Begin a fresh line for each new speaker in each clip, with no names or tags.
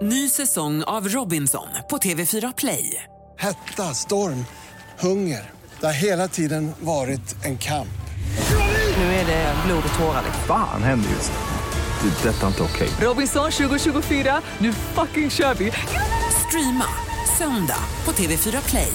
Ny säsong av Robinson på TV4 Play.
Hetta, storm, hunger. Det har hela tiden varit en kamp.
Nu är det blod och tårar.
Fan händer just nu. Det. Detta är inte okej.
Robinson 2024, nu fucking kör vi. Streama söndag på TV4 Play.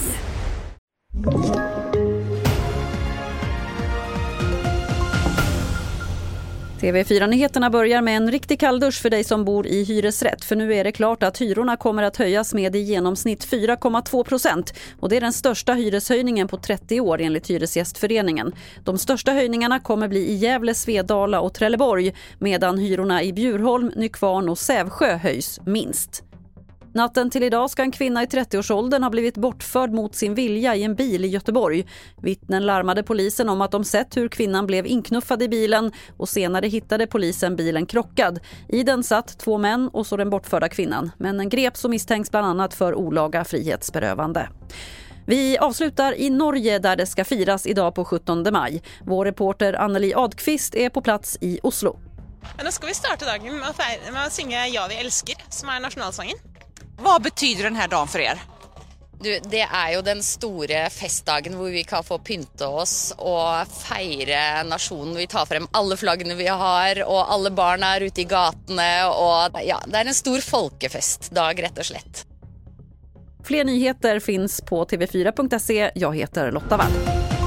TV4-nyheterna börjar med en riktig kalldusch för dig som bor i hyresrätt. För nu är det klart att hyrorna kommer att höjas med i genomsnitt 4,2%. Och det är den största hyreshöjningen på 30 år enligt Hyresgästföreningen. De största höjningarna kommer bli i Gävle, Svedala och Trelleborg, medan hyrorna i Bjurholm, Nykvarn och Sävsjö höjs minst. Natten till idag ska en kvinna i 30-årsåldern ha blivit bortförd mot sin vilja i en bil i Göteborg. Vittnen larmade polisen om att de sett hur kvinnan blev inknuffad i bilen och senare hittade polisen bilen krockad. I den satt 2 män och så den bortförda kvinnan. Männen greps och misstänks bland annat för olaga frihetsberövande. Vi avslutar i Norge där det ska firas idag på 17 maj. Vår reporter Anneli Adqvist är på plats i Oslo.
Men då ska vi starta dagen med att synge Ja, vi älskar, som är nationalsången.
Vad betyder den här dagen för er?
Du, det är ju den stora festdagen hvor vi kan få pynta oss och fira nationen. Vi tar fram alla flaggen vi har och alla barn är ute i gatorna och ja, det är en stor folkefestdag rätt och slett.
Fler nyheter finns på tv4.se. Jag heter Lotta Wall.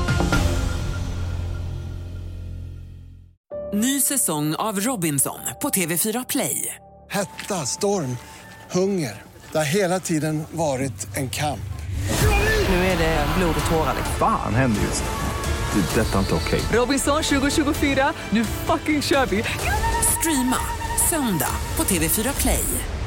Ny säsong av Robinson på TV4 Play.
Hetta, storm, hunger. Det har hela tiden varit en kamp.
Nu är det blod och tårar.
Fan händer just nu. Det. Detta är inte okej.
Robinson 2024, nu fucking kör vi. Streama söndag på TV4 Play.